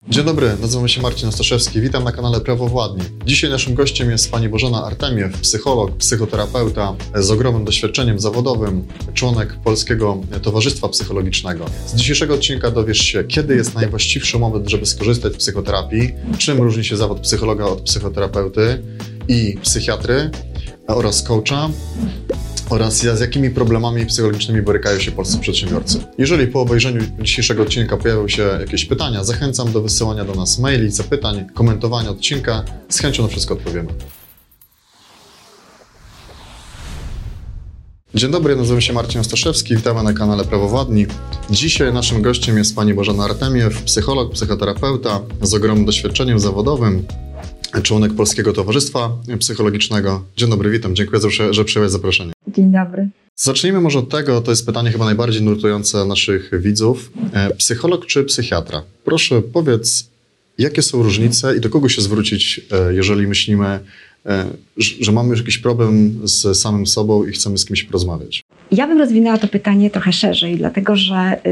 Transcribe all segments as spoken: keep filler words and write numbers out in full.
Dzień dobry, nazywam się Marcin Ostaszewski, witam na kanale Prawo Władni. Dzisiaj naszym gościem jest pani Bożena Artemiew, psycholog, psychoterapeuta z ogromnym doświadczeniem zawodowym, członek Polskiego Towarzystwa Psychologicznego. Z dzisiejszego odcinka dowiesz się, kiedy jest najwłaściwszy moment, żeby skorzystać z psychoterapii, czym różni się zawód psychologa od psychoterapeuty i psychiatry oraz coacha, oraz z jakimi problemami psychologicznymi borykają się polscy przedsiębiorcy. Jeżeli po obejrzeniu dzisiejszego odcinka pojawią się jakieś pytania, zachęcam do wysyłania do nas maili, zapytań, komentowania odcinka. Z chęcią na wszystko odpowiemy. Dzień dobry, nazywam się Marcin Ostaszewski, witamy na kanale Prawo Władni. Dzisiaj naszym gościem jest pani Bożena Artemiew, psycholog, psychoterapeuta z ogromnym doświadczeniem zawodowym, członek Polskiego Towarzystwa Psychologicznego. Dzień dobry, witam, dziękuję, że, że przyjąłeś zaproszenie. Dzień dobry. Zacznijmy może od tego, to jest pytanie chyba najbardziej nurtujące naszych widzów. Psycholog czy psychiatra? Proszę powiedz, jakie są różnice i do kogo się zwrócić, jeżeli myślimy, że mamy już jakiś problem z samym sobą i chcemy z kimś porozmawiać? Ja bym rozwinęła to pytanie trochę szerzej, dlatego że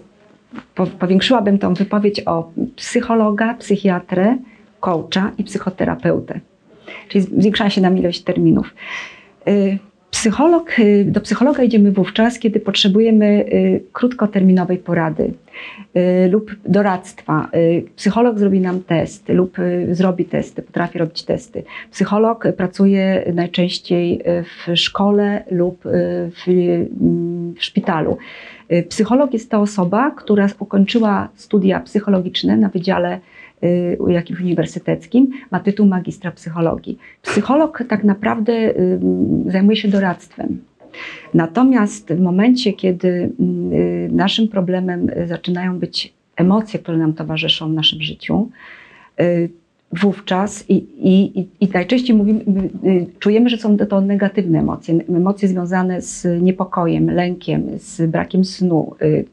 y, powiększyłabym tą wypowiedź o psychologa, psychiatrę, coacha i psychoterapeutę. Czyli zwiększała się nam ilość terminów. Y, Psycholog, do psychologa idziemy wówczas, kiedy potrzebujemy krótkoterminowej porady lub doradztwa. Psycholog zrobi nam test lub zrobi testy, potrafi robić testy. Psycholog pracuje najczęściej w szkole lub w, w szpitalu. Psycholog jest to osoba, która ukończyła studia psychologiczne na wydziale jakimś uniwersyteckim, ma tytuł magistra psychologii. Psycholog tak naprawdę zajmuje się doradztwem. Natomiast w momencie, kiedy naszym problemem zaczynają być emocje, które nam towarzyszą w naszym życiu, wówczas i, i, i najczęściej mówimy, czujemy, że są to negatywne emocje, emocje związane z niepokojem, lękiem, z brakiem snu,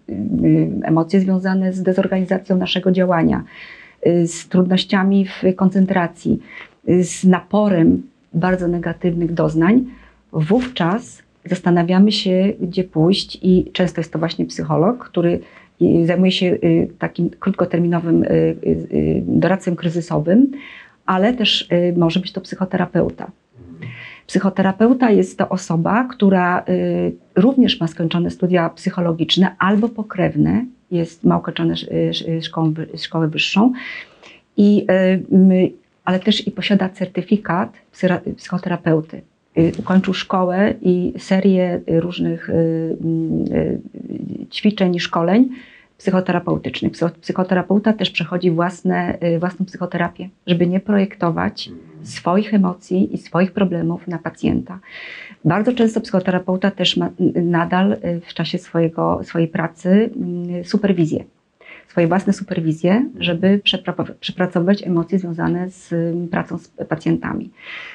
emocje związane z dezorganizacją naszego działania, z trudnościami w koncentracji, z naporem bardzo negatywnych doznań, wówczas zastanawiamy się, gdzie pójść i często jest to właśnie psycholog, który zajmuje się takim krótkoterminowym doradcą kryzysowym, ale też może być to psychoterapeuta. Psychoterapeuta jest to osoba, która również ma skończone studia psychologiczne albo pokrewne, jest, ma ukończone szkołę, szkołę wyższą, i, ale też i posiada certyfikat psychoterapeuty. Ukończył szkołę i serię różnych ćwiczeń i szkoleń psychoterapeutycznych. Psychoterapeuta też przechodzi własne, własną psychoterapię, żeby nie projektować swoich emocji i swoich problemów na pacjenta. Bardzo często psychoterapeuta też ma nadal w czasie swojego, swojej pracy superwizję, swoje własne superwizje, żeby przepracować emocje związane z pracą z pacjentami.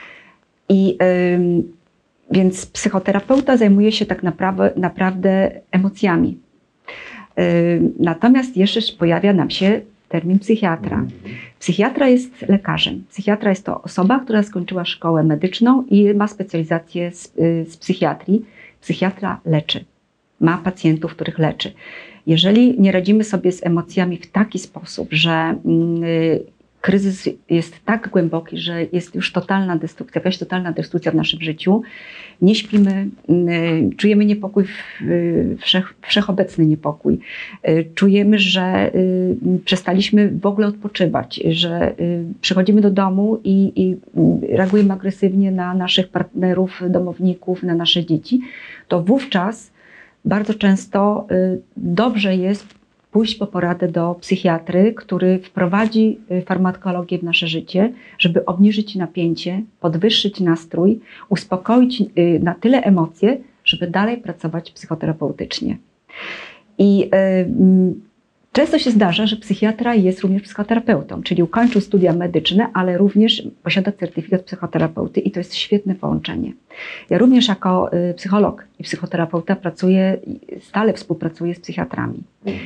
I yy, więc psychoterapeuta zajmuje się tak naprawdę, naprawdę emocjami. Yy, natomiast jeszcze pojawia nam się termin psychiatra. Psychiatra jest lekarzem. Psychiatra jest to osoba, która skończyła szkołę medyczną i ma specjalizację z, z psychiatrii. Psychiatra leczy. Ma pacjentów, których leczy. Jeżeli nie radzimy sobie z emocjami w taki sposób, że yy, kryzys jest tak głęboki, że jest już totalna destrukcja, jakaś totalna destrukcja w naszym życiu, nie śpimy, czujemy niepokój, wszech, wszechobecny niepokój, czujemy, że przestaliśmy w ogóle odpoczywać, że przychodzimy do domu i, i reagujemy agresywnie na naszych partnerów, domowników, na nasze dzieci, to wówczas bardzo często dobrze jest pójść po poradę do psychiatry, który wprowadzi farmakologię w nasze życie, żeby obniżyć napięcie, podwyższyć nastrój, uspokoić na tyle emocje, żeby dalej pracować psychoterapeutycznie. I y, często się zdarza, że psychiatra jest również psychoterapeutą, czyli ukończył studia medyczne, ale również posiada certyfikat psychoterapeuty i to jest świetne połączenie. Ja również jako psycholog i psychoterapeuta pracuję, stale współpracuję z psychiatrami.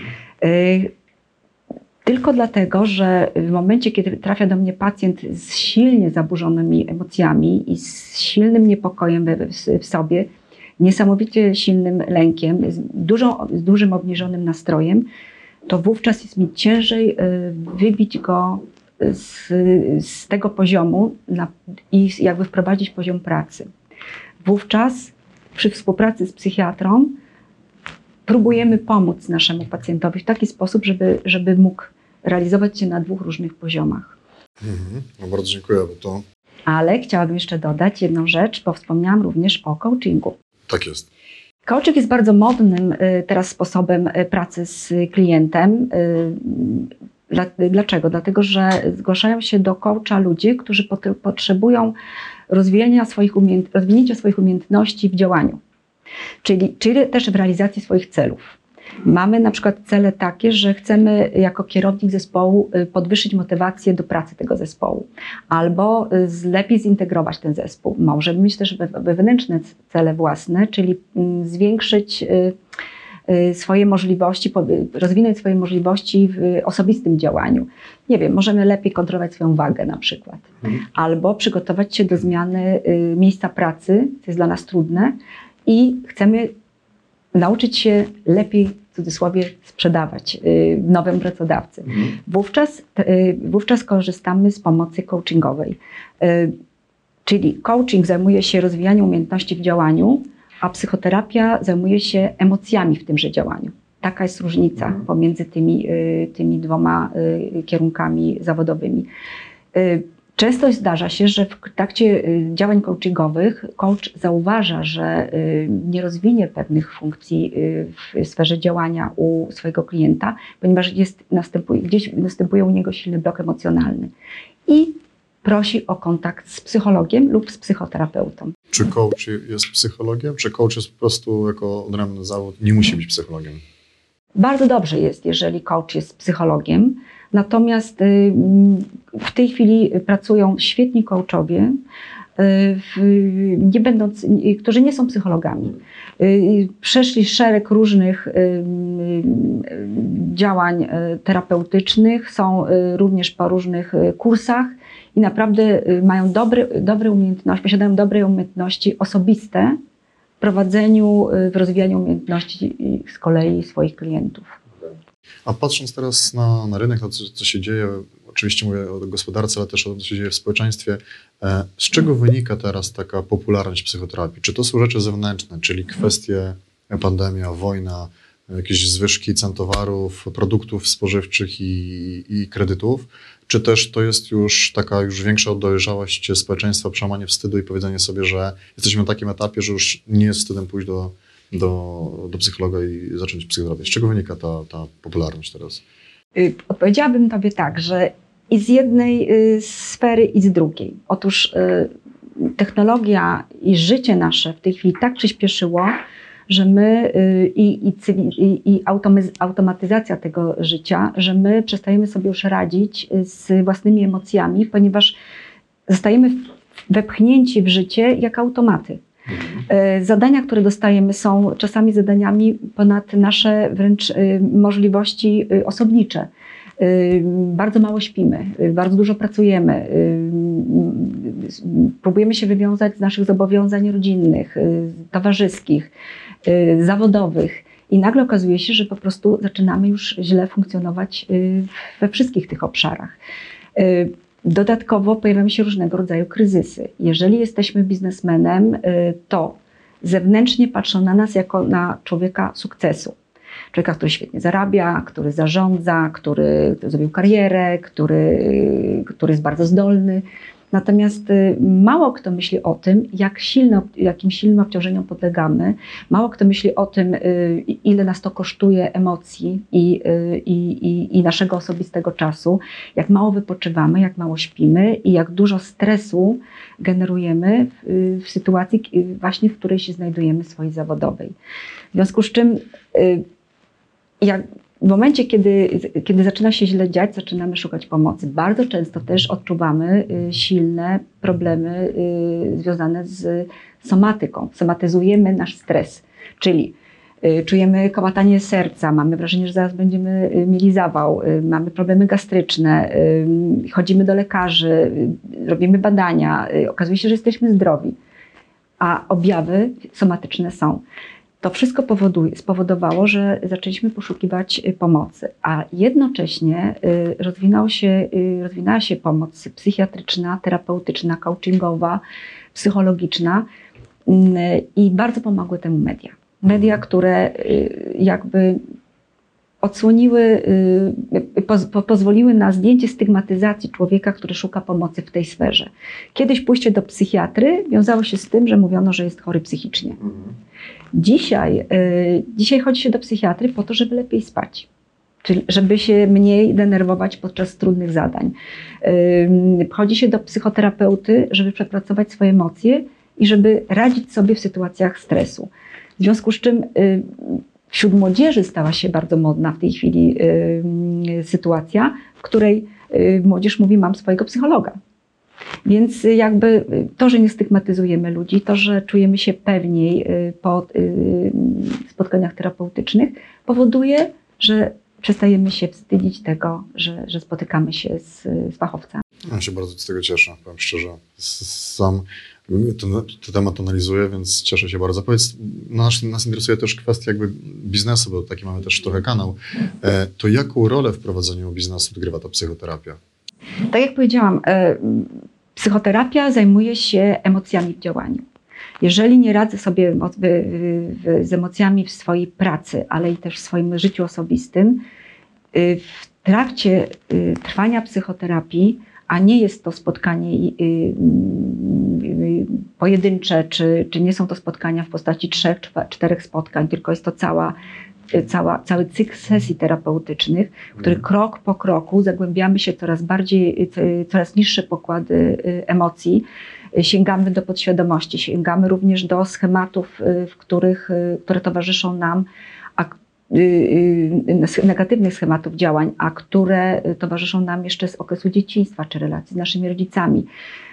Tylko dlatego, że w momencie, kiedy trafia do mnie pacjent z silnie zaburzonymi emocjami i z silnym niepokojem w sobie, niesamowicie silnym lękiem, z, dużą, z dużym obniżonym nastrojem, to wówczas jest mi ciężej wybić go z, z tego poziomu na, i jakby wprowadzić poziom pracy. Wówczas przy współpracy z psychiatrą próbujemy pomóc naszemu pacjentowi w taki sposób, żeby, żeby mógł realizować się na dwóch różnych poziomach. Mhm. No bardzo dziękuję. Bo to... Ale chciałabym jeszcze dodać jedną rzecz, bo wspomniałam również o coachingu. Tak jest. Coaching jest bardzo modnym teraz sposobem pracy z klientem. Dlaczego? Dlatego, że zgłaszają się do coacha ludzie, którzy potrzebują rozwijania swoich umiejęt- rozwinięcia swoich umiejętności w działaniu, czyli, czyli też w realizacji swoich celów. Mamy na przykład cele takie, że chcemy jako kierownik zespołu podwyższyć motywację do pracy tego zespołu albo lepiej zintegrować ten zespół. Możemy mieć też wewnętrzne cele własne, czyli zwiększyć swoje możliwości, rozwinąć swoje możliwości w osobistym działaniu. Nie wiem, możemy lepiej kontrolować swoją wagę na przykład. Mhm. Albo przygotować się do zmiany miejsca pracy, co jest dla nas trudne i chcemy nauczyć się lepiej, w cudzysłowie, sprzedawać nowym pracodawcy. Mhm. Wówczas, wówczas korzystamy z pomocy coachingowej. Czyli coaching zajmuje się rozwijaniem umiejętności w działaniu, a psychoterapia zajmuje się emocjami w tymże działaniu. Taka jest różnica mhm. pomiędzy tymi, tymi dwoma kierunkami zawodowymi. Często zdarza się, że w trakcie działań coachingowych coach zauważa, że nie rozwinie pewnych funkcji w sferze działania u swojego klienta, ponieważ jest, następuje, gdzieś następuje u niego silny blok emocjonalny. I prosi o kontakt z psychologiem lub z psychoterapeutą. Czy coach jest psychologiem? Czy coach jest po prostu jako odrębny zawód, nie musi być psychologiem? Bardzo dobrze jest, jeżeli coach jest psychologiem. Natomiast w tej chwili pracują świetni coachowie, nie będąc, którzy nie są psychologami. Przeszli szereg różnych działań terapeutycznych, są również po różnych kursach i naprawdę mają dobre, dobre umiejętności, posiadają dobre umiejętności osobiste w prowadzeniu, w rozwijaniu umiejętności z kolei swoich klientów. A patrząc teraz na, na rynek, na co, co się dzieje, oczywiście mówię o gospodarce, ale też o tym, co się dzieje w społeczeństwie, e, z czego wynika teraz taka popularność psychoterapii? Czy to są rzeczy zewnętrzne, czyli kwestie pandemia, wojna, jakieś zwyżki cen towarów, produktów spożywczych i, i kredytów? Czy też to jest już taka już większa dojrzałość społeczeństwa, przełamanie wstydu i powiedzenie sobie, że jesteśmy na takim etapie, że już nie jest wstydem pójść do Do, do psychologa i zacząć psychoterapię. Z czego wynika ta, ta popularność teraz? Odpowiedziałabym Tobie tak, że i z jednej sfery, i z drugiej. Otóż technologia i życie nasze w tej chwili tak przyspieszyło, że my i, i, i, i automatyzacja tego życia, że my przestajemy sobie już radzić z własnymi emocjami, ponieważ zostajemy wepchnięci w życie jak automaty. Zadania, które dostajemy, są czasami zadaniami ponad nasze wręcz możliwości osobnicze. Bardzo mało śpimy, bardzo dużo pracujemy, próbujemy się wywiązać z naszych zobowiązań rodzinnych, towarzyskich, zawodowych i nagle okazuje się, że po prostu zaczynamy już źle funkcjonować we wszystkich tych obszarach. Dodatkowo pojawiają się różnego rodzaju kryzysy. Jeżeli jesteśmy biznesmenem, to zewnętrznie patrzą na nas jako na człowieka sukcesu. Człowieka, który świetnie zarabia, który zarządza, który zrobił karierę, który, który jest bardzo zdolny. Natomiast mało kto myśli o tym, jak silno, jakim silnym obciążeniom podlegamy. Mało kto myśli o tym, ile nas to kosztuje emocji i, i, i, i naszego osobistego czasu, jak mało wypoczywamy, jak mało śpimy i jak dużo stresu generujemy w, w sytuacji właśnie, w której się znajdujemy swojej zawodowej. W związku z czym jak w momencie, kiedy, kiedy zaczyna się źle dziać, zaczynamy szukać pomocy. Bardzo często też odczuwamy silne problemy związane z somatyką. Somatyzujemy nasz stres, czyli czujemy kołatanie serca, mamy wrażenie, że zaraz będziemy mieli zawał, mamy problemy gastryczne, chodzimy do lekarzy, robimy badania, okazuje się, że jesteśmy zdrowi, a objawy somatyczne są. To wszystko powoduje, spowodowało, że zaczęliśmy poszukiwać pomocy, a jednocześnie rozwinął się, rozwinęła się pomoc psychiatryczna, terapeutyczna, coachingowa, psychologiczna i bardzo pomogły temu media. Media, które jakby odsłoniły, po, pozwoliły na zdjęcie stygmatyzacji człowieka, który szuka pomocy w tej sferze. Kiedyś pójście do psychiatry wiązało się z tym, że mówiono, że jest chory psychicznie. Dzisiaj, dzisiaj chodzi się do psychiatry po to, żeby lepiej spać, czyli żeby się mniej denerwować podczas trudnych zadań. Chodzi się do psychoterapeuty, żeby przepracować swoje emocje i żeby radzić sobie w sytuacjach stresu. W związku z czym wśród młodzieży stała się bardzo modna w tej chwili sytuacja, w której młodzież mówi: mam swojego psychologa. Więc jakby to, że nie stygmatyzujemy ludzi, to, że czujemy się pewniej po spotkaniach terapeutycznych, powoduje, że przestajemy się wstydzić tego, że, że spotykamy się z, z fachowcami. Ja się bardzo z tego cieszę, powiem szczerze. Sam ten, ten temat analizuję, więc cieszę się bardzo. Powiedz, nas, nas interesuje też kwestia jakby biznesu, bo taki mamy też trochę kanał. To jaką rolę w prowadzeniu biznesu odgrywa ta psychoterapia? Tak jak powiedziałam, psychoterapia zajmuje się emocjami w działaniu. Jeżeli nie radzę sobie z emocjami w swojej pracy, ale i też w swoim życiu osobistym, w trakcie trwania psychoterapii, a nie jest to spotkanie pojedyncze, czy, czy nie są to spotkania w postaci trzech, czterech spotkań, tylko jest to cała, cała, cały cykl sesji terapeutycznych, w których krok po kroku zagłębiamy się coraz bardziej, coraz niższe pokłady emocji, sięgamy do podświadomości, sięgamy również do schematów, w których, które towarzyszą nam, a negatywnych schematów działań, a które towarzyszą nam jeszcze z okresu dzieciństwa czy relacji z naszymi rodzicami.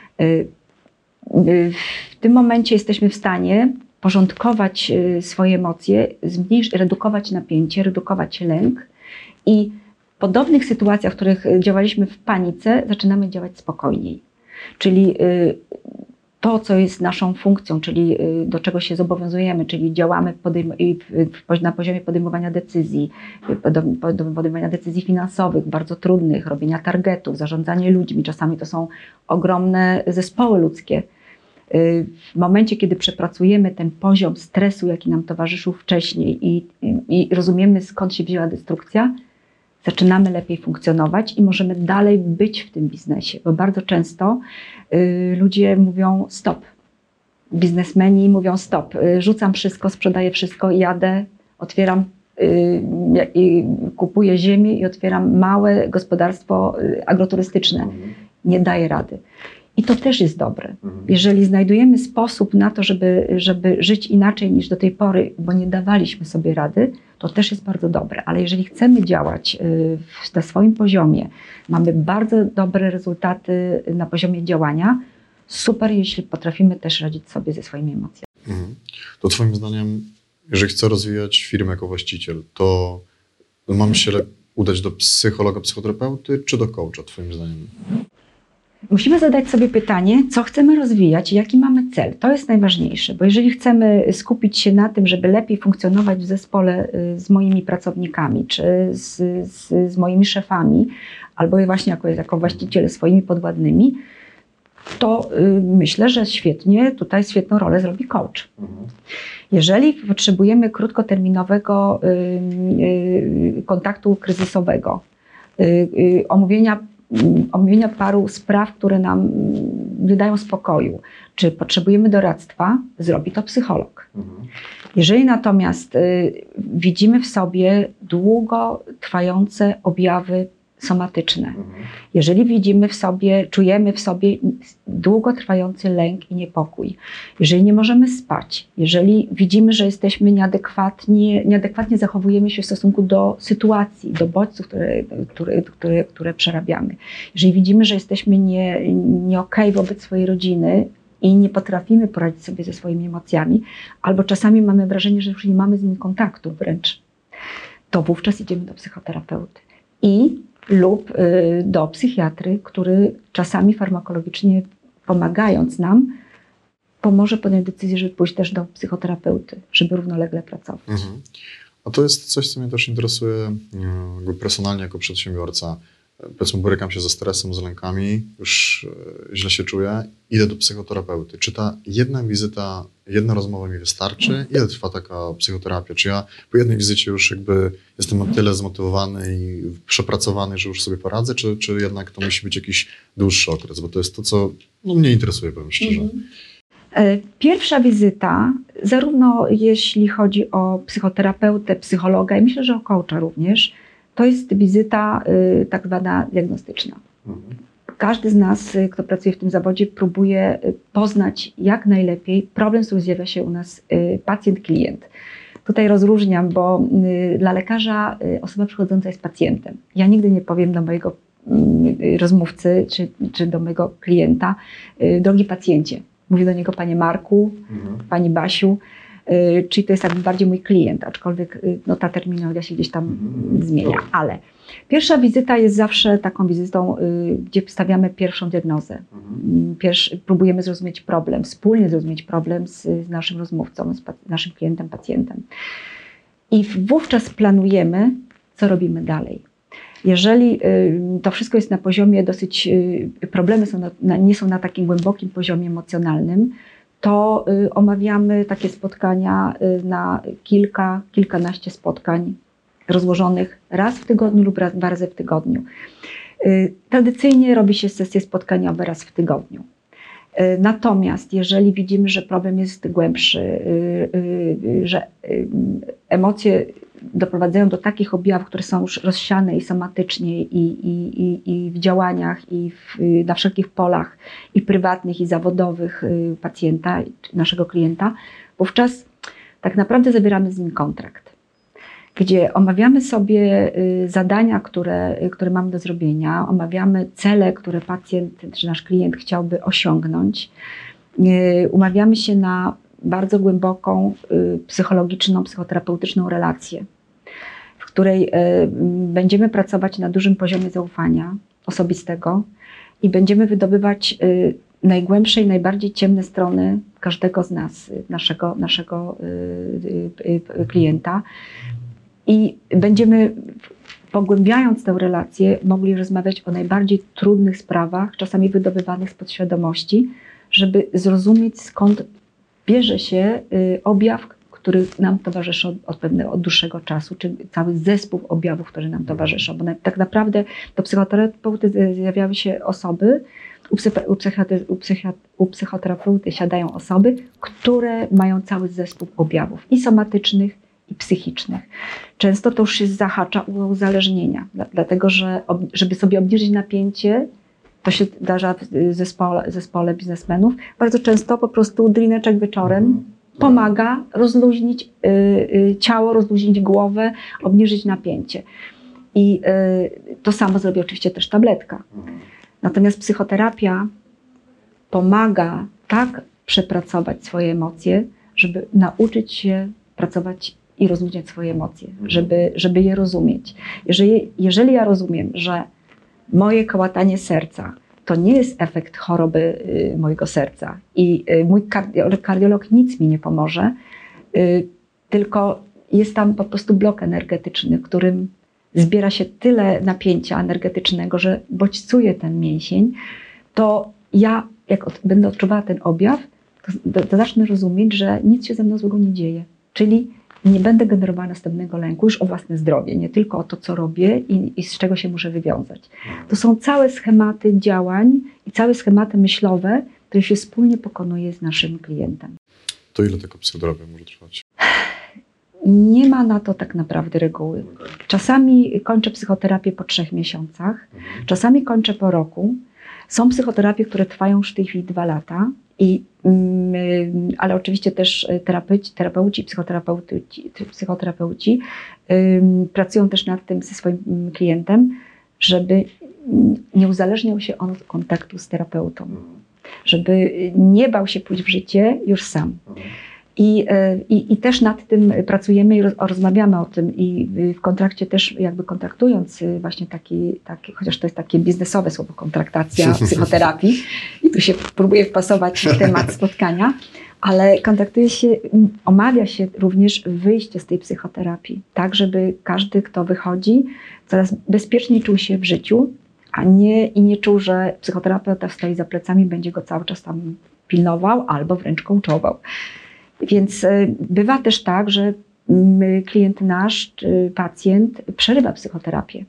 W tym momencie jesteśmy w stanie porządkować swoje emocje, zmniejszyć, redukować napięcie, redukować lęk i w podobnych sytuacjach, w których działaliśmy w panice, zaczynamy działać spokojniej. Czyli to, co jest naszą funkcją, czyli do czego się zobowiązujemy, czyli działamy na poziomie podejmowania decyzji, podejmowania decyzji finansowych, bardzo trudnych, robienia targetów, zarządzanie ludźmi. Czasami to są ogromne zespoły ludzkie. W momencie, kiedy przepracujemy ten poziom stresu, jaki nam towarzyszył wcześniej i, i, i rozumiemy, skąd się wzięła destrukcja, zaczynamy lepiej funkcjonować i możemy dalej być w tym biznesie, bo bardzo często y, ludzie mówią stop. Biznesmeni mówią stop, y, rzucam wszystko, sprzedaję wszystko, jadę, otwieram, y, y, kupuję ziemię i otwieram małe gospodarstwo y, agroturystyczne. Nie daję rady. I to też jest dobre. Jeżeli znajdujemy sposób na to, żeby, żeby żyć inaczej niż do tej pory, bo nie dawaliśmy sobie rady, to też jest bardzo dobre. Ale jeżeli chcemy działać na swoim poziomie, mamy bardzo dobre rezultaty na poziomie działania, super, jeśli potrafimy też radzić sobie ze swoimi emocjami. Mhm. To twoim zdaniem, jeżeli chcę rozwijać firmę jako właściciel, to mam się udać do psychologa, psychoterapeuty czy do coacha, twoim zdaniem? Musimy zadać sobie pytanie, co chcemy rozwijać i jaki mamy cel. To jest najważniejsze, bo jeżeli chcemy skupić się na tym, żeby lepiej funkcjonować w zespole z moimi pracownikami, czy z, z, z moimi szefami, albo właśnie jako, jako właściciel swoimi podwładnymi, to y, myślę, że świetnie, tutaj świetną rolę zrobi coach. Mhm. Jeżeli potrzebujemy krótkoterminowego y, y, kontaktu kryzysowego, y, y, omówienia omówienia paru spraw, które nam nie dają spokoju, czy potrzebujemy doradztwa, zrobi to psycholog. Mhm. Jeżeli natomiast y, widzimy w sobie długo trwające objawy somatyczne, mhm. jeżeli widzimy w sobie, czujemy w sobie długotrwający lęk i niepokój, jeżeli nie możemy spać, jeżeli widzimy, że jesteśmy nieadekwatnie, nieadekwatnie zachowujemy się w stosunku do sytuacji, do bodźców, które, które, które, które przerabiamy, jeżeli widzimy, że jesteśmy nie, nie okej wobec swojej rodziny i nie potrafimy poradzić sobie ze swoimi emocjami, albo czasami mamy wrażenie, że już nie mamy z nimi kontaktu wręcz, to wówczas idziemy do psychoterapeuty. I lub do psychiatry, który czasami farmakologicznie pomagając nam, pomoże podjąć decyzję, żeby pójść też do psychoterapeuty, żeby równolegle pracować. Mhm. A to jest coś, co mnie też interesuje jakby personalnie jako przedsiębiorca. Powiedzmy, borykam się ze stresem, z lękami, już źle się czuję, idę do psychoterapeuty. Czy ta jedna wizyta, jedna rozmowa mi wystarczy? Ile trwa taka psychoterapia? Czy ja po jednej wizycie już jakby jestem na tyle zmotywowany i przepracowany, że już sobie poradzę, czy, czy jednak to musi być jakiś dłuższy okres? Bo to jest to, co no, mnie interesuje, powiem szczerze. Pierwsza wizyta, zarówno jeśli chodzi o psychoterapeutę, psychologa i myślę, że o coacha również, to jest wizyta y, tak zwana diagnostyczna. Mhm. Każdy z nas, y, kto pracuje w tym zawodzie, próbuje y, poznać jak najlepiej problem, z którym zjawia się u nas y, pacjent, klient. Tutaj rozróżniam, bo y, dla lekarza y, osoba przychodząca jest pacjentem. Ja nigdy nie powiem do mojego y, rozmówcy czy, czy do mojego klienta, y, drogi pacjencie. Mówię do niego panie Marku, mhm. pani Basiu. Czyli to jest jakby bardziej mój klient, aczkolwiek no, ta terminologia się gdzieś tam mm. zmienia. Ale pierwsza wizyta jest zawsze taką wizytą, y, gdzie stawiamy pierwszą diagnozę. Mm. Pierwszy, próbujemy zrozumieć problem, wspólnie zrozumieć problem z, z naszym rozmówcą, z, z naszym klientem, pacjentem. I wówczas planujemy, co robimy dalej. Jeżeli y, to wszystko jest na poziomie dosyć, y, problemy są na, na, nie są na takim głębokim poziomie emocjonalnym, to y, omawiamy takie spotkania y, na kilka, kilkanaście spotkań rozłożonych raz w tygodniu lub raz, dwa razy w tygodniu. Y, tradycyjnie robi się sesje spotkaniowe raz w tygodniu. Y, natomiast jeżeli widzimy, że problem jest głębszy, y, y, że y, emocje doprowadzają do takich objawów, które są już rozsiane i somatycznie, i, i, i, i w działaniach, i w, na wszelkich polach, i prywatnych, i zawodowych pacjenta, naszego klienta, wówczas tak naprawdę zawieramy z nim kontrakt, gdzie omawiamy sobie zadania, które, które mamy do zrobienia, omawiamy cele, które pacjent czy nasz klient chciałby osiągnąć, umawiamy się na bardzo głęboką psychologiczną, psychoterapeutyczną relację, w której będziemy pracować na dużym poziomie zaufania osobistego i będziemy wydobywać najgłębsze i najbardziej ciemne strony każdego z nas, naszego, naszego klienta, i będziemy, pogłębiając tę relację, mogli rozmawiać o najbardziej trudnych sprawach, czasami wydobywanych z podświadomości, żeby zrozumieć, skąd bierze się y, objaw, który nam towarzyszy od, od pewnego, od dłuższego czasu, czy cały zespół objawów, które nam towarzyszą. Bo na, tak naprawdę do psychoterapeuty zjawiały się osoby, u, psy, u, psychiatry, u, psychiat, u psychoterapeuty siadają osoby, które mają cały zespół objawów i somatycznych, i psychicznych. Często to już się zahacza u uzależnienia, dla, dlatego że ob, żeby sobie obniżyć napięcie, to się zdarza w zespole, zespole biznesmenów. Bardzo często po prostu drineczek wieczorem pomaga rozluźnić y, y, ciało, rozluźnić głowę, obniżyć napięcie. I y, to samo zrobi oczywiście też tabletka. Natomiast psychoterapia pomaga tak przepracować swoje emocje, żeby nauczyć się pracować i rozluźniać swoje emocje, żeby, żeby je rozumieć. Jeżeli, jeżeli ja rozumiem, że moje kołatanie serca to nie jest efekt choroby y, mojego serca i y, mój kardiolog, kardiolog nic mi nie pomoże, y, tylko jest tam po prostu blok energetyczny, w którym zbiera się tyle napięcia energetycznego, że bodźcuje ten mięsień, to ja, jak od, będę odczuwała ten objaw, to, to zacznę rozumieć, że nic się ze mną złego nie dzieje. Czyli nie będę generowała następnego lęku już o własne zdrowie, nie tylko o to, co robię i, i z czego się muszę wywiązać. To są całe schematy działań i całe schematy myślowe, które się wspólnie pokonuje z naszym klientem. To ile taka psychoterapia może trwać? Nie ma na to tak naprawdę reguły. Czasami kończę psychoterapię po trzech miesiącach, czasami kończę po roku. Są psychoterapie, które trwają już w tej chwili dwa lata. I, ale oczywiście też terapeuci, terapeuci psychoterapeuci, psychoterapeuci um, pracują też nad tym ze swoim klientem, żeby nie uzależniał się on od kontaktu z terapeutą, żeby nie bał się pójść w życie już sam. I, i, i też nad tym pracujemy i roz, rozmawiamy o tym i w kontrakcie też jakby kontraktując właśnie taki, taki, chociaż to jest takie biznesowe słowo kontraktacja psychoterapii, Tu się próbuję wpasować w temat spotkania, ale kontaktuje się, omawia się również wyjście z tej psychoterapii, tak żeby każdy, kto wychodzi, coraz bezpieczniej czuł się w życiu, a nie i nie czuł, że psychoterapeuta stoi za plecami, będzie go cały czas tam pilnował albo wręcz coachował. Więc bywa też tak, że klient nasz, czy pacjent przerywa psychoterapię.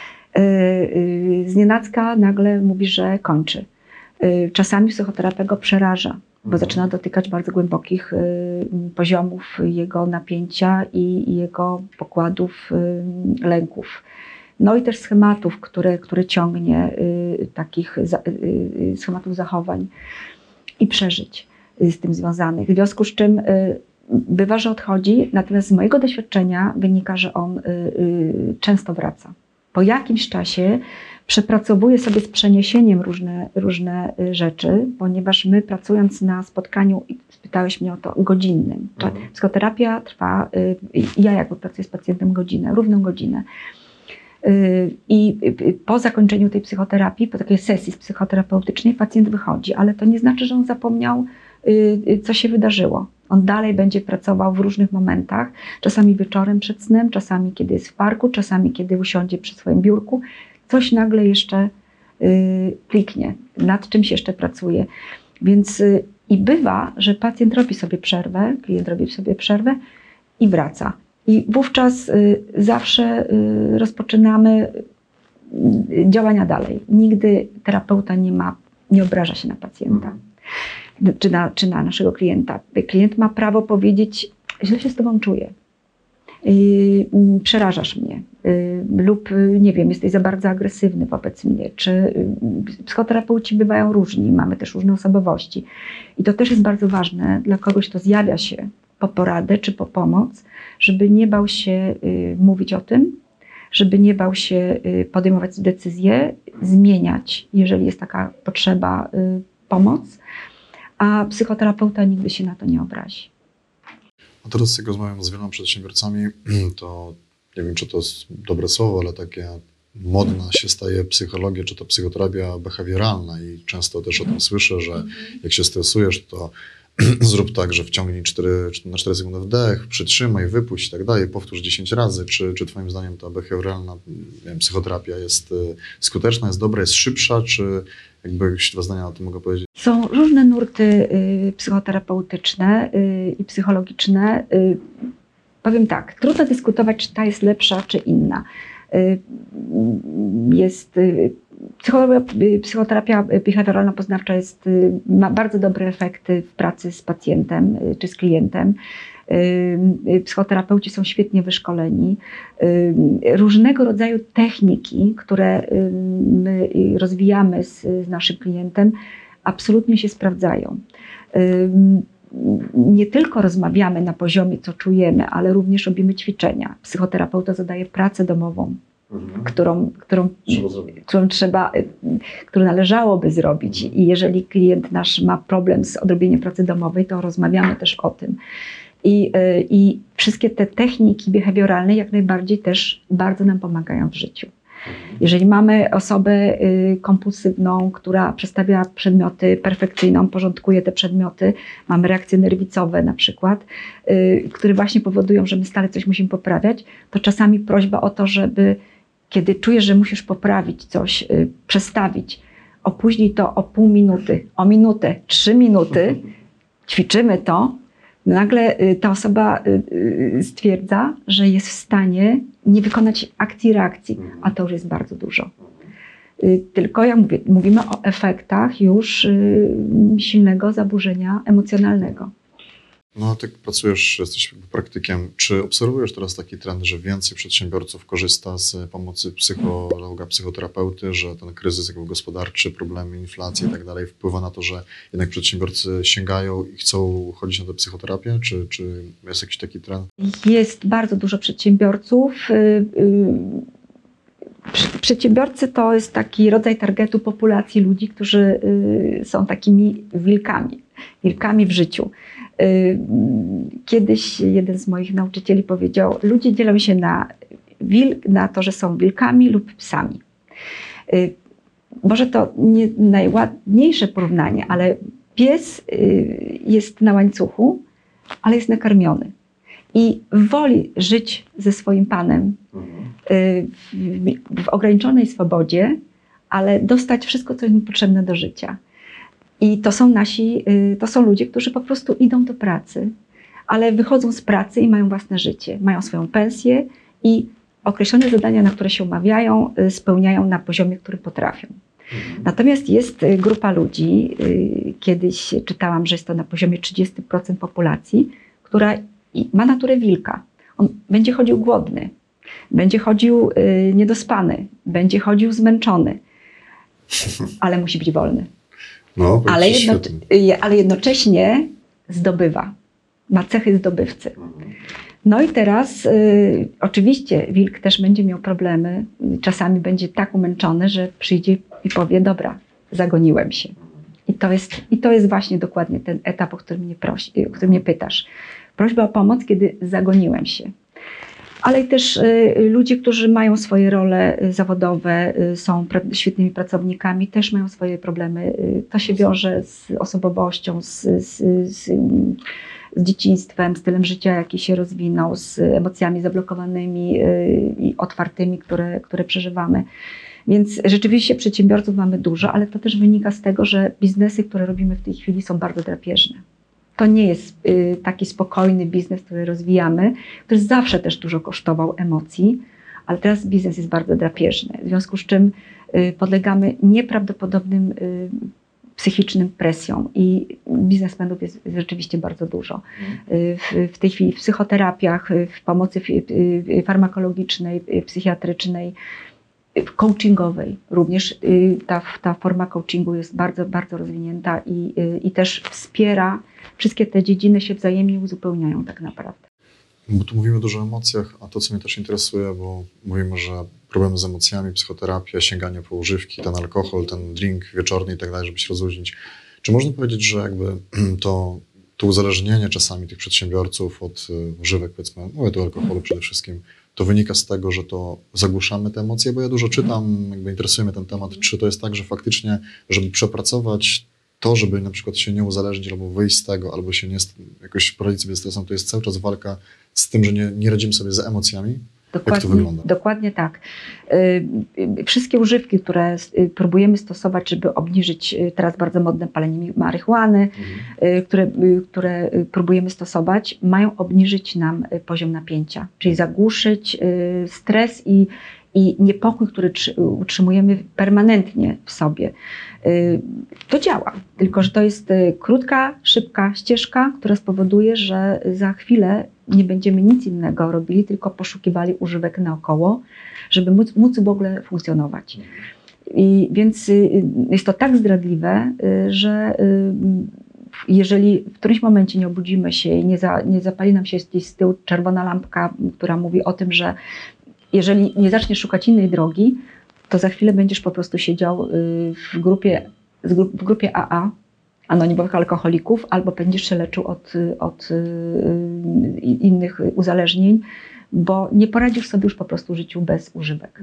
Znienacka nagle mówi, że kończy. Czasami psychoterapia go przeraża, bo mhm. zaczyna dotykać bardzo głębokich poziomów jego napięcia i jego pokładów lęków. No i też schematów, które, które ciągnie, takich schematów zachowań i przeżyć z tym związanych. W związku z czym bywa, że odchodzi, natomiast z mojego doświadczenia wynika, że on często wraca. Po jakimś czasie przepracowuje sobie z przeniesieniem różne, różne rzeczy, ponieważ my pracując na spotkaniu, spytałeś mnie o to, godzinnym. Mhm. Psychoterapia trwa, ja jakby pracuję z pacjentem godzinę, równą godzinę. I po zakończeniu tej psychoterapii, po takiej sesji psychoterapeutycznej pacjent wychodzi, ale to nie znaczy, że on zapomniał, co się wydarzyło. On dalej będzie pracował w różnych momentach, czasami wieczorem przed snem, czasami kiedy jest w parku, czasami kiedy usiądzie przy swoim biurku. Coś nagle jeszcze kliknie, nad czymś jeszcze pracuje. Więc i bywa, że pacjent robi sobie przerwę, klient robi sobie przerwę i wraca. I wówczas zawsze rozpoczynamy działania dalej. Nigdy terapeuta nie ma, nie obraża się na pacjenta. Czy na, czy na naszego klienta. Klient ma prawo powiedzieć, źle się z tobą czuję, yy, przerażasz mnie yy, lub nie wiem, jesteś za bardzo agresywny wobec mnie, czy yy, psychoterapeuci bywają różni, mamy też różne osobowości i to też jest bardzo ważne dla kogoś, kto zjawia się po poradę czy po pomoc, żeby nie bał się yy, mówić o tym, żeby nie bał się yy, podejmować decyzje, zmieniać, jeżeli jest taka potrzeba, yy, pomoc, a psychoterapeuta nigdy się na to nie obrazi. A teraz jak rozmawiam z wieloma przedsiębiorcami, to nie wiem, czy to jest dobre słowo, ale takie modna się staje psychologia, czy to psychoterapia behawioralna i często też o tym słyszę, że jak się stresujesz, to zrób tak, że wciągnij cztery, na cztery sekundy wdech, przytrzymaj, wypuść i tak dalej, powtórz dziesięć razy. Czy, czy twoim zdaniem ta behawioralna nie wiem, psychoterapia jest skuteczna, jest dobra, jest szybsza, czy jakby jakieś dwa zdania o tym mogę powiedzieć? Są różne nurty y, psychoterapeutyczne y, i psychologiczne. Y, powiem tak, trudno dyskutować, czy ta jest lepsza, czy inna. Y, jest... Y, Psychoterapia behawioralna poznawcza jest, ma bardzo dobre efekty w pracy z pacjentem czy z klientem. Psychoterapeuci są świetnie wyszkoleni. Różnego rodzaju techniki, które my rozwijamy z, z naszym klientem, absolutnie się sprawdzają. Nie tylko rozmawiamy na poziomie, co czujemy, ale również robimy ćwiczenia. Psychoterapeuta zadaje pracę domową, Mhm. Którą, którą, trzeba którą trzeba, którą należałoby zrobić. I jeżeli klient nasz ma problem z odrobieniem pracy domowej, to rozmawiamy też o tym. I, i wszystkie te techniki behawioralne jak najbardziej też bardzo nam pomagają w życiu. Jeżeli mamy osobę kompulsywną, która przestawia przedmioty perfekcyjną, porządkuje te przedmioty, mamy reakcje nerwicowe na przykład, które właśnie powodują, że my stale coś musimy poprawiać, to czasami prośba o to, żeby kiedy czujesz, że musisz poprawić coś, przestawić, opóźnij to o pół minuty, o minutę, trzy minuty, ćwiczymy to, nagle ta osoba stwierdza, że jest w stanie nie wykonać akcji reakcji, a to już jest bardzo dużo. Tylko jak mówię, mówimy o efektach już silnego zaburzenia emocjonalnego. No, ty pracujesz, jesteś praktykiem. Czy obserwujesz teraz taki trend, że więcej przedsiębiorców korzysta z pomocy psychologa, psychoterapeuty, że ten kryzys jakby gospodarczy, problemy, inflacji i tak dalej wpływa na to, że jednak przedsiębiorcy sięgają i chcą chodzić na tę psychoterapię? Czy, czy jest jakiś taki trend? Jest bardzo dużo przedsiębiorców. Przedsiębiorcy to jest taki rodzaj targetu populacji ludzi, którzy są takimi wilkami, wilkami w życiu. Kiedyś jeden z moich nauczycieli powiedział, ludzie dzielą się na, wilk, na to, że są wilkami lub psami. może to nie najładniejsze porównanie, ale pies jest na łańcuchu, ale jest nakarmiony. I woli żyć ze swoim panem w, w ograniczonej swobodzie, ale dostać wszystko, co jest mu potrzebne do życia. I to są nasi, to są ludzie, którzy po prostu idą do pracy, ale wychodzą z pracy i mają własne życie, mają swoją pensję i określone zadania, na które się umawiają, spełniają na poziomie, który potrafią. Natomiast jest grupa ludzi, kiedyś czytałam, że jest to na poziomie trzydzieści procent populacji, która ma naturę wilka. On będzie chodził głodny, będzie chodził niedospany, będzie chodził zmęczony, ale musi być wolny. No, ale, jedno, ale jednocześnie zdobywa, ma cechy zdobywcy. No i teraz y, oczywiście wilk też będzie miał problemy, czasami będzie tak umęczony, że przyjdzie i powie, dobra, zagoniłem się. I to jest, i to jest właśnie dokładnie ten etap, o którym mnie, prosi, o którym mnie pytasz. Prośba o pomoc, kiedy zagoniłem się. Ale też y, ludzie, którzy mają swoje role zawodowe, y, są pra świetnymi pracownikami, też mają swoje problemy. Y, to się wiąże z osobowością, z, z, z, z dzieciństwem, stylem życia, jaki się rozwinął, z emocjami zablokowanymi y, i otwartymi, które, które przeżywamy. Więc rzeczywiście przedsiębiorców mamy dużo, ale to też wynika z tego, że biznesy, które robimy w tej chwili, są bardzo drapieżne. To nie jest y, taki spokojny biznes, który rozwijamy, który zawsze też dużo kosztował emocji, ale teraz biznes jest bardzo drapieżny, w związku z czym y, podlegamy nieprawdopodobnym y, psychicznym presjom i biznesmenów jest, jest rzeczywiście bardzo dużo. Y, w, w tej chwili w psychoterapiach, w pomocy y, farmakologicznej, y, psychiatrycznej, coachingowej. Również ta, ta forma coachingu jest bardzo, bardzo rozwinięta i, i też wspiera, wszystkie te dziedziny się wzajemnie uzupełniają tak naprawdę. Bo tu mówimy dużo o emocjach, a to, co mnie też interesuje, bo mówimy, że problemy z emocjami, psychoterapia, sięganie po używki, ten alkohol, ten drink wieczorny i tak dalej, żeby się rozluźnić. Czy można powiedzieć, że jakby to, to uzależnienie czasami tych przedsiębiorców od używek, powiedzmy, mówię tu o alkoholu przede wszystkim, to wynika z tego, że to zagłuszamy te emocje, bo ja dużo czytam, jakby interesuje mnie ten temat, czy to jest tak, że faktycznie, żeby przepracować to, żeby na przykład się nie uzależnić albo wyjść z tego, albo się nie, jakoś poradzić sobie z stresem, to jest cały czas walka z tym, że nie, nie radzimy sobie z emocjami? Dokładnie, jak to wygląda? Dokładnie tak. Wszystkie używki, które próbujemy stosować, żeby obniżyć teraz bardzo modne palenie marihuany, mhm. które, które próbujemy stosować, mają obniżyć nam poziom napięcia, czyli zagłuszyć stres i, i niepokój, który utrzymujemy permanentnie w sobie. To działa, tylko że to jest krótka, szybka ścieżka, która spowoduje, że za chwilę nie będziemy nic innego robili, tylko poszukiwali używek naokoło, żeby móc, móc w ogóle funkcjonować. I więc jest to tak zdradliwe, że jeżeli w którymś momencie nie obudzimy się i nie, za, nie zapali nam się gdzieś z tyłu czerwona lampka, która mówi o tym, że jeżeli nie zaczniesz szukać innej drogi, to za chwilę będziesz po prostu siedział w grupie, w grupie A A, anonimowych alkoholików, albo będziesz się leczył od, od innych uzależnień, bo nie poradzisz sobie już po prostu w życiu bez używek.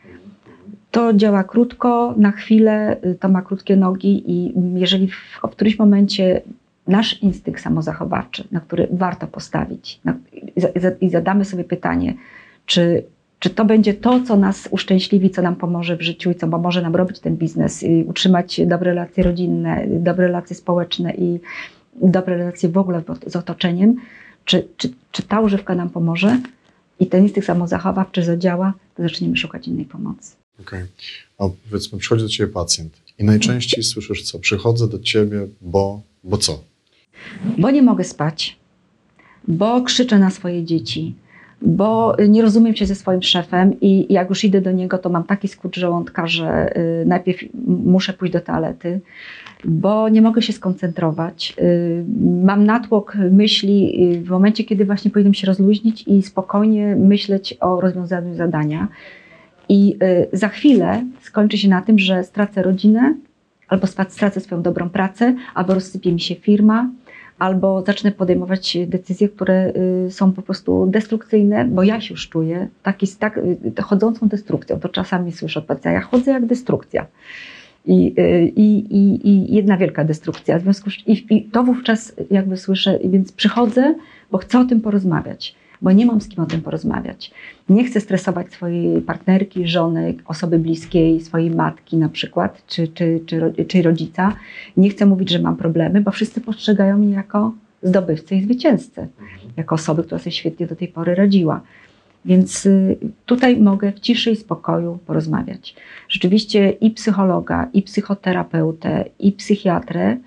To działa krótko, na chwilę, to ma krótkie nogi i jeżeli w, w którymś momencie nasz instynkt samozachowawczy, na który warto postawić na, i, i zadamy sobie pytanie, czy Czy to będzie to, co nas uszczęśliwi, co nam pomoże w życiu i co pomoże nam robić ten biznes, i utrzymać dobre relacje rodzinne, dobre relacje społeczne i dobre relacje w ogóle z otoczeniem? Czy, czy, czy ta używka nam pomoże i ten instynkt samozachowawczy zadziała, to zaczniemy szukać innej pomocy. Okej. Okay. A powiedzmy, przychodzi do ciebie pacjent i najczęściej słyszysz co? Przychodzę do ciebie, bo, bo co? Bo nie mogę spać, bo krzyczę na swoje dzieci, bo nie rozumiem się ze swoim szefem i jak już idę do niego, to mam taki skurcz żołądka, że najpierw muszę pójść do toalety, bo nie mogę się skoncentrować. Mam natłok myśli w momencie, kiedy właśnie powinnam się rozluźnić i spokojnie myśleć o rozwiązaniu zadania. I za chwilę skończy się na tym, że stracę rodzinę, albo stracę swoją dobrą pracę, albo rozsypie mi się firma, albo zacznę podejmować decyzje, które są po prostu destrukcyjne, bo ja się już czuję taki, tak, chodzącą destrukcją. To czasami słyszę od pacjenta, ja chodzę jak destrukcja. I, i, i, i jedna wielka destrukcja. W związku z, i, I to wówczas jakby słyszę, więc przychodzę, bo chcę o tym porozmawiać, bo nie mam z kim o tym porozmawiać. Nie chcę stresować swojej partnerki, żony, osoby bliskiej, swojej matki na przykład, czy, czy, czy, czy rodzica. Nie chcę mówić, że mam problemy, bo wszyscy postrzegają mnie jako zdobywcę i zwycięzcę, jako osoby, która sobie świetnie do tej pory radziła. Więc tutaj mogę w ciszy i spokoju porozmawiać. Rzeczywiście i psychologa, i psychoterapeutę, i psychiatrę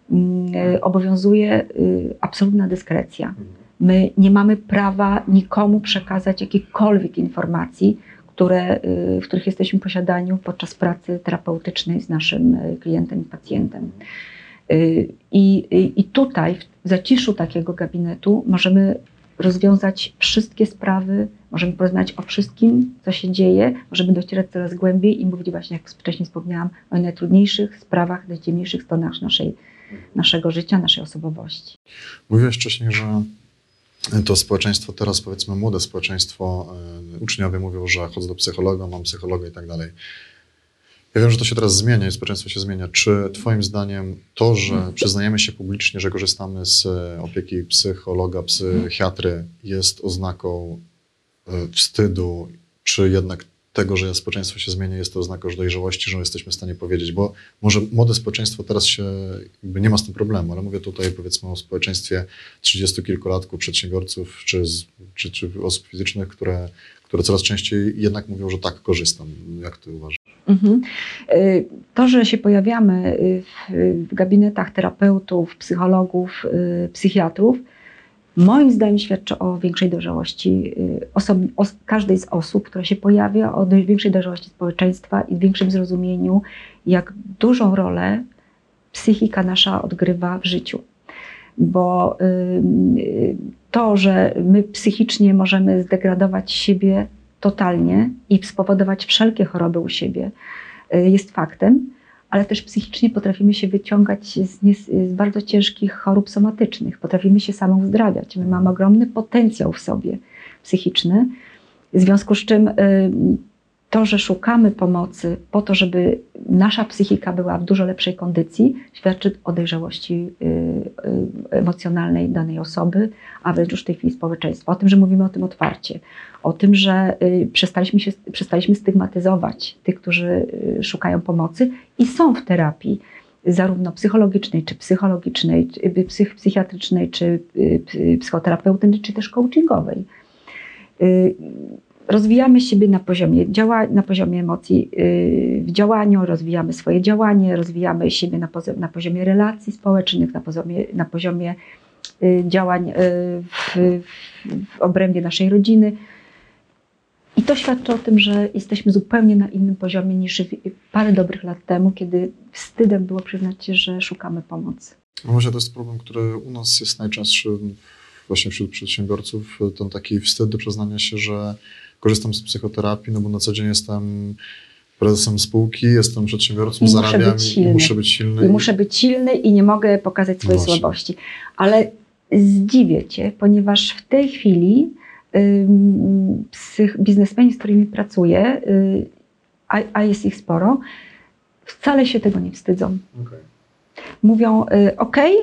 obowiązuje absolutna dyskrecja. My nie mamy prawa nikomu przekazać jakichkolwiek informacji, które, w których jesteśmy w posiadaniu podczas pracy terapeutycznej z naszym klientem i pacjentem. I, i tutaj w zaciszu takiego gabinetu możemy rozwiązać wszystkie sprawy, możemy porozmawiać o wszystkim, co się dzieje, możemy docierać coraz głębiej i mówić właśnie, jak wcześniej wspomniałam, o najtrudniejszych sprawach, najciemniejszych stronach naszej, naszego życia, naszej osobowości. Mówiłeś wcześniej, że to społeczeństwo teraz, powiedzmy młode społeczeństwo, uczniowie mówią, że chodzę do psychologa, mam psychologa i tak dalej. Ja wiem, że to się teraz zmienia i społeczeństwo się zmienia. Czy twoim zdaniem to, że przyznajemy się publicznie, że korzystamy z opieki psychologa, psychiatry, jest oznaką wstydu, czy jednak tego, że społeczeństwo się zmienia, jest to oznaką dojrzałości, że jesteśmy w stanie powiedzieć, bo może młode społeczeństwo teraz się jakby nie ma z tym problemu, ale mówię tutaj powiedzmy o społeczeństwie trzydziestokilkulatków, przedsiębiorców czy, czy, czy osób fizycznych, które, które coraz częściej jednak mówią, że tak, korzystam. Jak ty uważasz? Mhm. To, że się pojawiamy w gabinetach terapeutów, psychologów, psychiatrów, moim zdaniem świadczy o większej dojrzałości osob- os- każdej z osób, która się pojawia, o większej dojrzałości społeczeństwa i większym zrozumieniu, jak dużą rolę psychika nasza odgrywa w życiu. Bo y, to, że my psychicznie możemy zdegradować siebie totalnie i spowodować wszelkie choroby u siebie, y, jest faktem, ale też psychicznie potrafimy się wyciągać z, nie, z bardzo ciężkich chorób somatycznych. Potrafimy się samouzdrawiać. My mamy ogromny potencjał w sobie psychiczny, w związku z czym y, to, że szukamy pomocy po to, żeby nasza psychika była w dużo lepszej kondycji, świadczy o dojrzałości y, y, emocjonalnej danej osoby, a wręcz już w tej chwili społeczeństwa. O tym, że mówimy o tym otwarcie. O tym, że y, przestaliśmy, się, przestaliśmy stygmatyzować tych, którzy y, szukają pomocy i są w terapii, zarówno psychologicznej, czy psychologicznej, czy psych, psychiatrycznej, czy y, psychoterapeutycznej, czy też coachingowej. Y, Rozwijamy siebie na poziomie, działa, na poziomie emocji yy, w działaniu, rozwijamy swoje działanie, rozwijamy siebie na, poz- na poziomie relacji społecznych, na poziomie, na poziomie yy, działań yy, w, w obrębie naszej rodziny. I to świadczy o tym, że jesteśmy zupełnie na innym poziomie niż parę dobrych lat temu, kiedy wstydem było przyznać się, że szukamy pomocy. No właśnie to jest problem, który u nas jest najczęstszy właśnie wśród przedsiębiorców, ten taki wstyd do przyznania się, że korzystam z psychoterapii, no bo na co dzień jestem prezesem spółki, jestem przedsiębiorcą, I zarabiam muszę i muszę być silny. I muszę być silny i nie mogę pokazać swojej Właśnie. słabości. Ale zdziwię cię, ponieważ w tej chwili ym, psych, biznesmeni, z którymi pracuję, y, a, a jest ich sporo, wcale się tego nie wstydzą. Okay. Mówią, y, ok, y,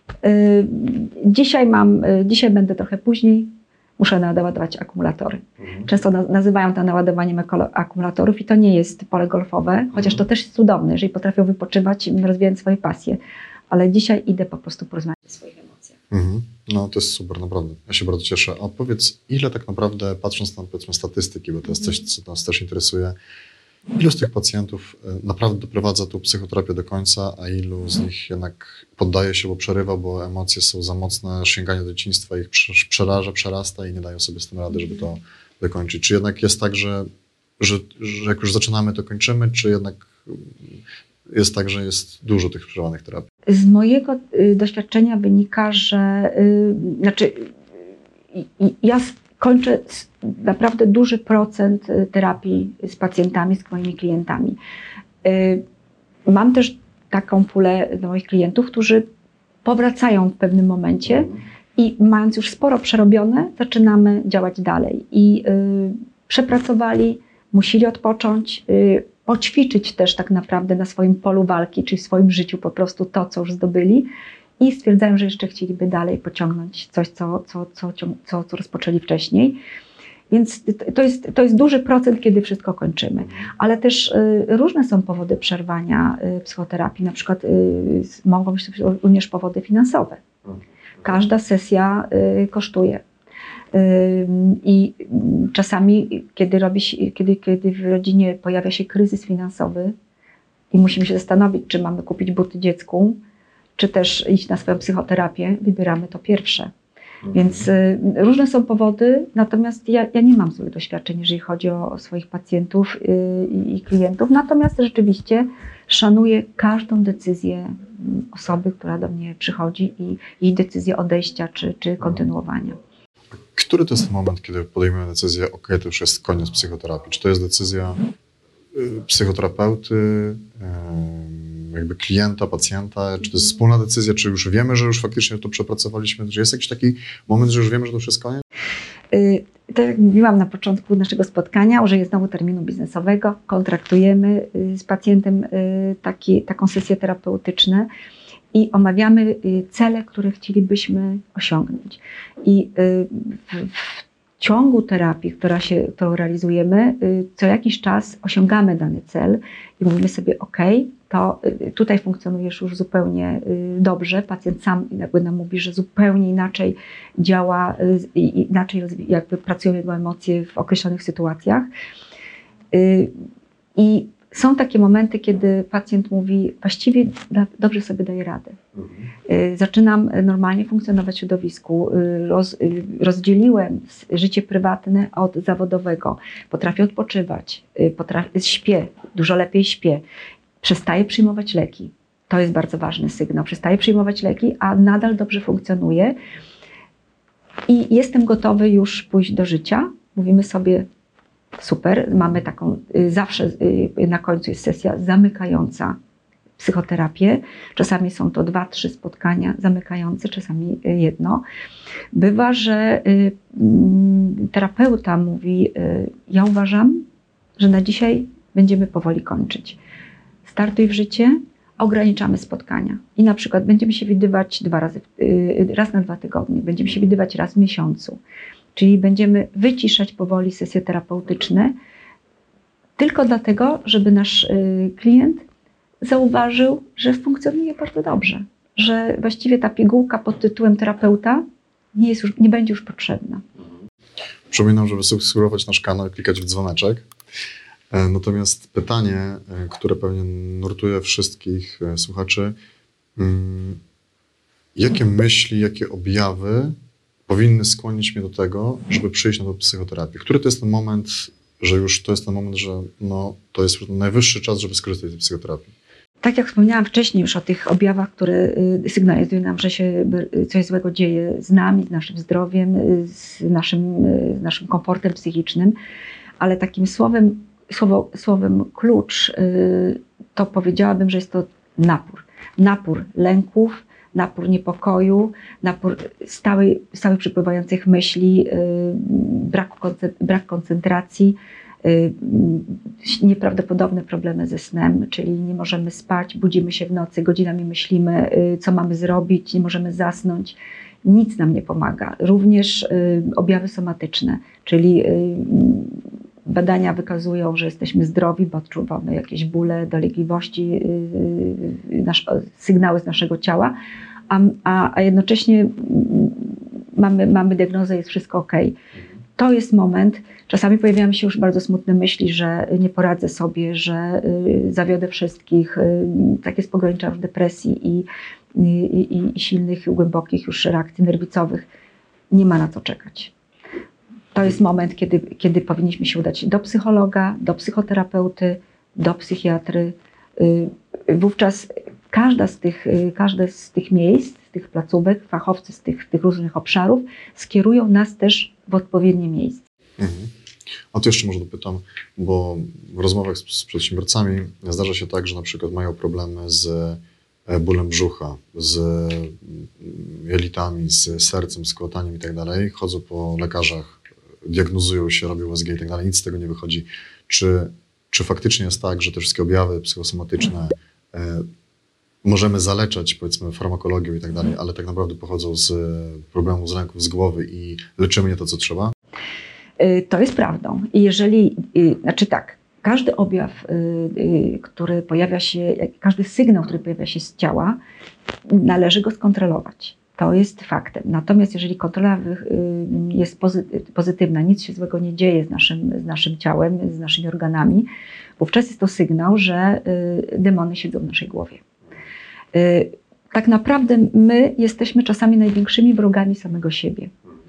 dzisiaj mam, y, dzisiaj będę trochę później, muszę naładować akumulatory. Mhm. Często na, nazywają to naładowaniem akumulatorów i to nie jest pole golfowe, mhm. chociaż to też jest cudowne, jeżeli potrafią wypoczywać i rozwijać swoje pasje. Ale dzisiaj idę po prostu porozmawiać o swoich emocjach. Mhm. No to jest super, naprawdę. Ja się bardzo cieszę. A powiedz, ile tak naprawdę, patrząc na powiedzmy statystyki, bo to jest coś, co nas też interesuje, ilu z tych pacjentów naprawdę doprowadza tą psychoterapię do końca, a ilu z nich jednak poddaje się, bo przerywa, bo emocje są za mocne, sięganie do dzieciństwa ich przeraża, przerasta i nie dają sobie z tym rady, żeby to dokończyć. Czy jednak jest tak, że, że, że jak już zaczynamy, to kończymy, czy jednak jest tak, że jest dużo tych przerwanych terapii? Z mojego y, doświadczenia wynika, że y, znaczy y, y, ja kończę naprawdę duży procent terapii z pacjentami, z moimi klientami. Mam też taką pulę moich klientów, którzy powracają w pewnym momencie i mając już sporo przerobione, zaczynamy działać dalej. I y, przepracowali, musieli odpocząć, y, poćwiczyć też tak naprawdę na swoim polu walki, czyli w swoim życiu po prostu to, co już zdobyli i stwierdzają, że jeszcze chcieliby dalej pociągnąć coś, co, co, co, co, co rozpoczęli wcześniej. Więc to jest, to jest duży procent, kiedy wszystko kończymy. Ale też y, różne są powody przerwania y, psychoterapii. Na przykład y, mogą być również powody finansowe. Każda sesja y, kosztuje. Y, I czasami, kiedy, robi się, kiedy, kiedy w rodzinie pojawia się kryzys finansowy i musimy się zastanowić, czy mamy kupić buty dziecku, czy też iść na swoją psychoterapię, wybieramy to pierwsze. Więc y, różne są powody, natomiast ja, ja nie mam złych doświadczeń, jeżeli chodzi o, o swoich pacjentów y, i klientów. Natomiast rzeczywiście szanuję każdą decyzję osoby, która do mnie przychodzi i jej decyzję odejścia czy, czy kontynuowania. Który to jest ten moment, kiedy podejmujemy decyzję, ok, to już jest koniec psychoterapii? Czy to jest decyzja y, psychoterapeuty, y, jakby klienta, pacjenta, czy to jest wspólna decyzja, czy już wiemy, że już faktycznie to przepracowaliśmy, czy jest jakiś taki moment, że już wiemy, że to już jest koniec? Yy, tak jak mówiłam na początku naszego spotkania, użyję znowu terminu biznesowego, kontraktujemy yy, z pacjentem yy, taki, taką sesję terapeutyczną i omawiamy yy, cele, które chcielibyśmy osiągnąć. I yy, w, w ciągu terapii, która się, którą realizujemy, yy, co jakiś czas osiągamy dany cel i mówimy sobie, ok, to tutaj funkcjonujesz już zupełnie dobrze. Pacjent sam jakby nam mówi, że zupełnie inaczej działa, inaczej jakby pracują jego emocje w określonych sytuacjach. I są takie momenty, kiedy pacjent mówi, właściwie dobrze sobie daję radę. Mhm. Zaczynam normalnie funkcjonować w środowisku, roz, rozdzieliłem życie prywatne od zawodowego, potrafię odpoczywać, potrafię, śpię, dużo lepiej śpię. Przestaje przyjmować leki. To jest bardzo ważny sygnał. Przestaje przyjmować leki, a nadal dobrze funkcjonuje. I jestem gotowy już pójść do życia. Mówimy sobie, super, mamy taką, zawsze na końcu jest sesja zamykająca psychoterapię. Czasami są to dwa, trzy spotkania zamykające, czasami jedno. Bywa, że terapeuta mówi, ja uważam, że na dzisiaj będziemy powoli kończyć. Startuj w życie, ograniczamy spotkania. I na przykład będziemy się widywać dwa razy, raz na dwa tygodnie, będziemy się widywać raz w miesiącu. Czyli będziemy wyciszać powoli sesje terapeutyczne tylko dlatego, żeby nasz klient zauważył, że funkcjonuje bardzo dobrze. Że właściwie ta pigułka pod tytułem terapeuta nie, jest już, nie będzie już potrzebna. Przypominam, żeby subskrybować nasz kanał i klikać w dzwoneczek. Natomiast pytanie, które pewnie nurtuje wszystkich słuchaczy, jakie myśli, jakie objawy powinny skłonić mnie do tego, żeby przyjść na tę psychoterapię? Który to jest ten moment, że już to jest ten moment, że no, to jest najwyższy czas, żeby skorzystać z tej psychoterapii? Tak jak wspomniałam wcześniej już o tych objawach, które sygnalizują nam, że się coś złego dzieje z nami, z naszym zdrowiem, z naszym, z naszym komfortem psychicznym, ale takim słowem, Słowo, słowem klucz, to powiedziałabym, że jest to napór. Napór lęków, napór niepokoju, napór stałej, stałych przypływających myśli, brak, brak koncentracji, nieprawdopodobne problemy ze snem, czyli nie możemy spać, budzimy się w nocy, godzinami myślimy, co mamy zrobić, nie możemy zasnąć. Nic nam nie pomaga. Również objawy somatyczne, czyli badania wykazują, że jesteśmy zdrowi, bo odczuwamy jakieś bóle, dolegliwości, nasz, sygnały z naszego ciała, a, a, a jednocześnie mamy, mamy diagnozę, jest wszystko ok. To jest moment, czasami pojawiają się już bardzo smutne myśli, że nie poradzę sobie, że zawiodę wszystkich. Tak jest pograniczone już depresji i, i, i silnych, głębokich już reakcji nerwicowych. Nie ma na co czekać. To jest moment, kiedy, kiedy powinniśmy się udać do psychologa, do psychoterapeuty, do psychiatry. Wówczas każda z tych, każde z tych miejsc, z tych placówek, fachowcy z tych, tych różnych obszarów skierują nas też w odpowiednie miejsce. Mhm. A tu jeszcze może dopytam, bo w rozmowach z, z przedsiębiorcami zdarza się tak, że na przykład mają problemy z bólem brzucha, z jelitami, z sercem, z kołataniem i tak dalej. Chodzą po lekarzach, diagnozują się, robią U S G i tak dalej, nic z tego nie wychodzi. Czy czy faktycznie jest tak, że te wszystkie objawy psychosomatyczne e, możemy zaleczać, powiedzmy, farmakologią i tak dalej, ale tak naprawdę pochodzą z problemów z ręków, z głowy i leczymy nie to, co trzeba? To jest prawdą. I jeżeli, znaczy tak, każdy objaw, który pojawia się, każdy sygnał, który pojawia się z ciała, należy go skontrolować. To jest faktem. Natomiast jeżeli kontrola jest pozytywna, nic się złego nie dzieje z naszym, z naszym ciałem, z naszymi organami, wówczas jest to sygnał, że demony siedzą w naszej głowie. Tak naprawdę my jesteśmy czasami największymi wrogami samego siebie.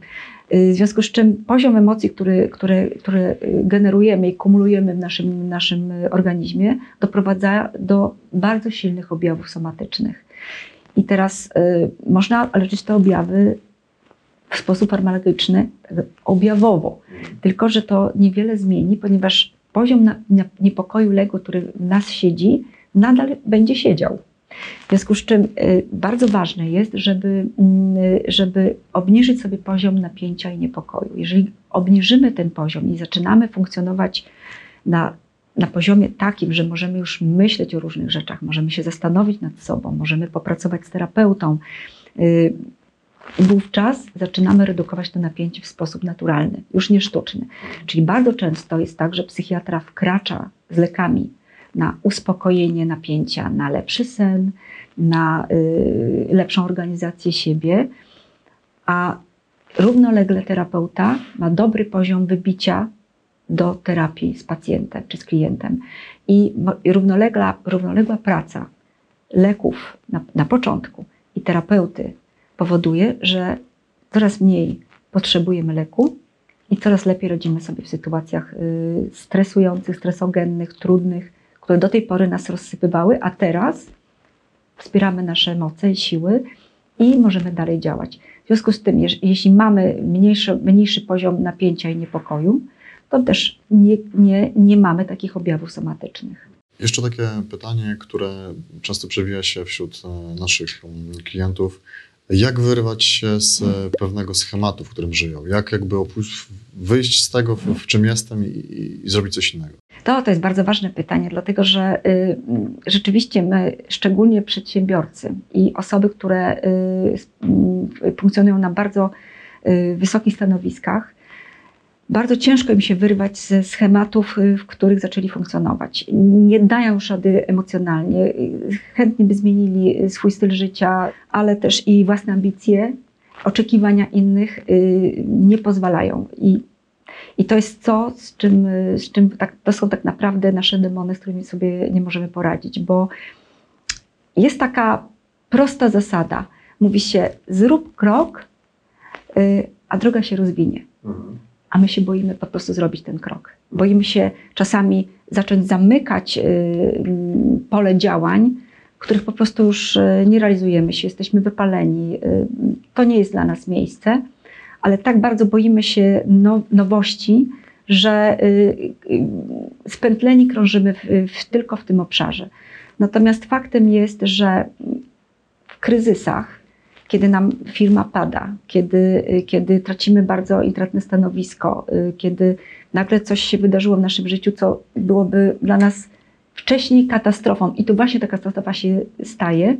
W związku z czym poziom emocji, który, które, które generujemy i kumulujemy w naszym, w naszym organizmie, doprowadza do bardzo silnych objawów somatycznych. I teraz y, można leczyć te objawy w sposób farmakologiczny, objawowo. Tylko że to niewiele zmieni, ponieważ poziom na, na niepokoju lęku, który w nas siedzi, nadal będzie siedział. W związku z czym y, bardzo ważne jest, żeby, y, żeby obniżyć sobie poziom napięcia i niepokoju. Jeżeli obniżymy ten poziom i zaczynamy funkcjonować na, na poziomie takim, że możemy już myśleć o różnych rzeczach, możemy się zastanowić nad sobą, możemy popracować z terapeutą, y, wówczas zaczynamy redukować to napięcie w sposób naturalny, już nie sztuczny. Czyli bardzo często jest tak, że psychiatra wkracza z lekami na uspokojenie napięcia, na lepszy sen, na y, lepszą organizację siebie, a równolegle terapeuta ma dobry poziom wybicia do terapii z pacjentem czy z klientem. I równoległa, równoległa praca leków na, na początku i terapeuty powoduje, że coraz mniej potrzebujemy leku i coraz lepiej radzimy sobie w sytuacjach y, stresujących, stresogennych, trudnych, które do tej pory nas rozsypywały, a teraz wspieramy nasze emocje i siły i możemy dalej działać. W związku z tym, jeśli mamy mniejszy, mniejszy poziom napięcia i niepokoju, to też nie, nie, nie mamy takich objawów somatycznych. Jeszcze takie pytanie, które często przewija się wśród naszych klientów. Jak wyrwać się z pewnego schematu, w którym żyją? Jak jakby opuść, wyjść z tego, w, w czym jestem i, i zrobić coś innego? To, to jest bardzo ważne pytanie, dlatego że y, rzeczywiście my, szczególnie przedsiębiorcy i osoby, które y, y, funkcjonują na bardzo y, wysokich stanowiskach, bardzo ciężko im się wyrwać ze schematów, w których zaczęli funkcjonować. Nie dają już rady emocjonalnie, chętnie by zmienili swój styl życia, ale też i własne ambicje, oczekiwania innych nie pozwalają. I, i to jest to, z czym, z czym tak, to są tak naprawdę nasze demony, z którymi sobie nie możemy poradzić, bo jest taka prosta zasada. Mówi się, zrób krok, a droga się rozwinie. Mhm. A my się boimy po prostu zrobić ten krok. Boimy się czasami zacząć zamykać pole działań, których po prostu już nie realizujemy się, jesteśmy wypaleni. To nie jest dla nas miejsce, ale tak bardzo boimy się nowości, że spętleni krążymy w, w, tylko w tym obszarze. Natomiast faktem jest, że w kryzysach, kiedy nam firma pada, kiedy, kiedy tracimy bardzo intratne stanowisko, kiedy nagle coś się wydarzyło w naszym życiu, co byłoby dla nas wcześniej katastrofą i tu właśnie ta katastrofa się staje,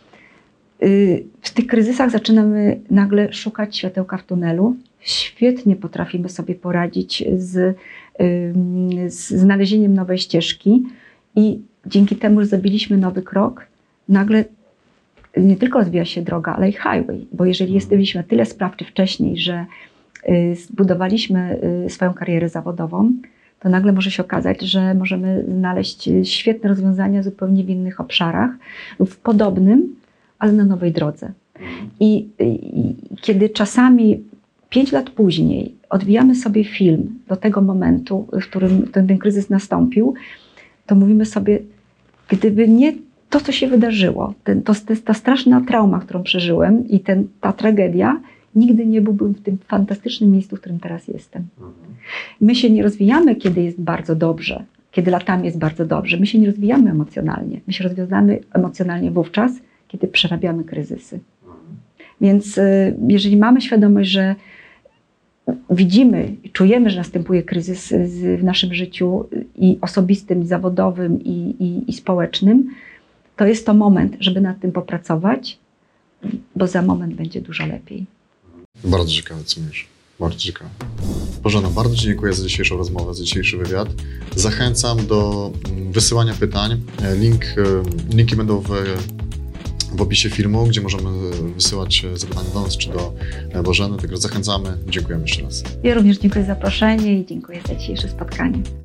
w tych kryzysach zaczynamy nagle szukać światełka w tunelu. Świetnie potrafimy sobie poradzić z, z znalezieniem nowej ścieżki i dzięki temu, że zrobiliśmy nowy krok, nagle nie tylko rozwija się droga, ale i highway, bo jeżeli jesteśmy tyle sprawczy wcześniej, że zbudowaliśmy swoją karierę zawodową, to nagle może się okazać, że możemy znaleźć świetne rozwiązania zupełnie w innych obszarach lub w podobnym, ale na nowej drodze. I, i kiedy czasami pięć lat później odbijamy sobie film do tego momentu, w którym ten, ten kryzys nastąpił, to mówimy sobie, gdyby nie to, co się wydarzyło, ten, to, to, ta straszna trauma, którą przeżyłem i ten, ta tragedia, nigdy nie byłbym w tym fantastycznym miejscu, w którym teraz jestem. My się nie rozwijamy, kiedy jest bardzo dobrze, kiedy latami jest bardzo dobrze. My się nie rozwijamy emocjonalnie. My się rozwijamy emocjonalnie wówczas, kiedy przerabiamy kryzysy. Więc jeżeli mamy świadomość, że widzimy, czujemy, że następuje kryzys w naszym życiu i osobistym, i zawodowym, i, i, i społecznym, to jest to moment, żeby nad tym popracować, bo za moment będzie dużo lepiej. Bardzo ciekawe, co mówisz. Bardzo ciekawe. Bożena, bardzo Ci dziękuję za dzisiejszą rozmowę, za dzisiejszy wywiad. Zachęcam do wysyłania pytań. Link, linki będą w, w opisie filmu, gdzie możemy wysyłać zapytania do nas czy do Bożeny. Także zachęcamy. Dziękujemy jeszcze raz. Ja również dziękuję za zaproszenie i dziękuję za dzisiejsze spotkanie.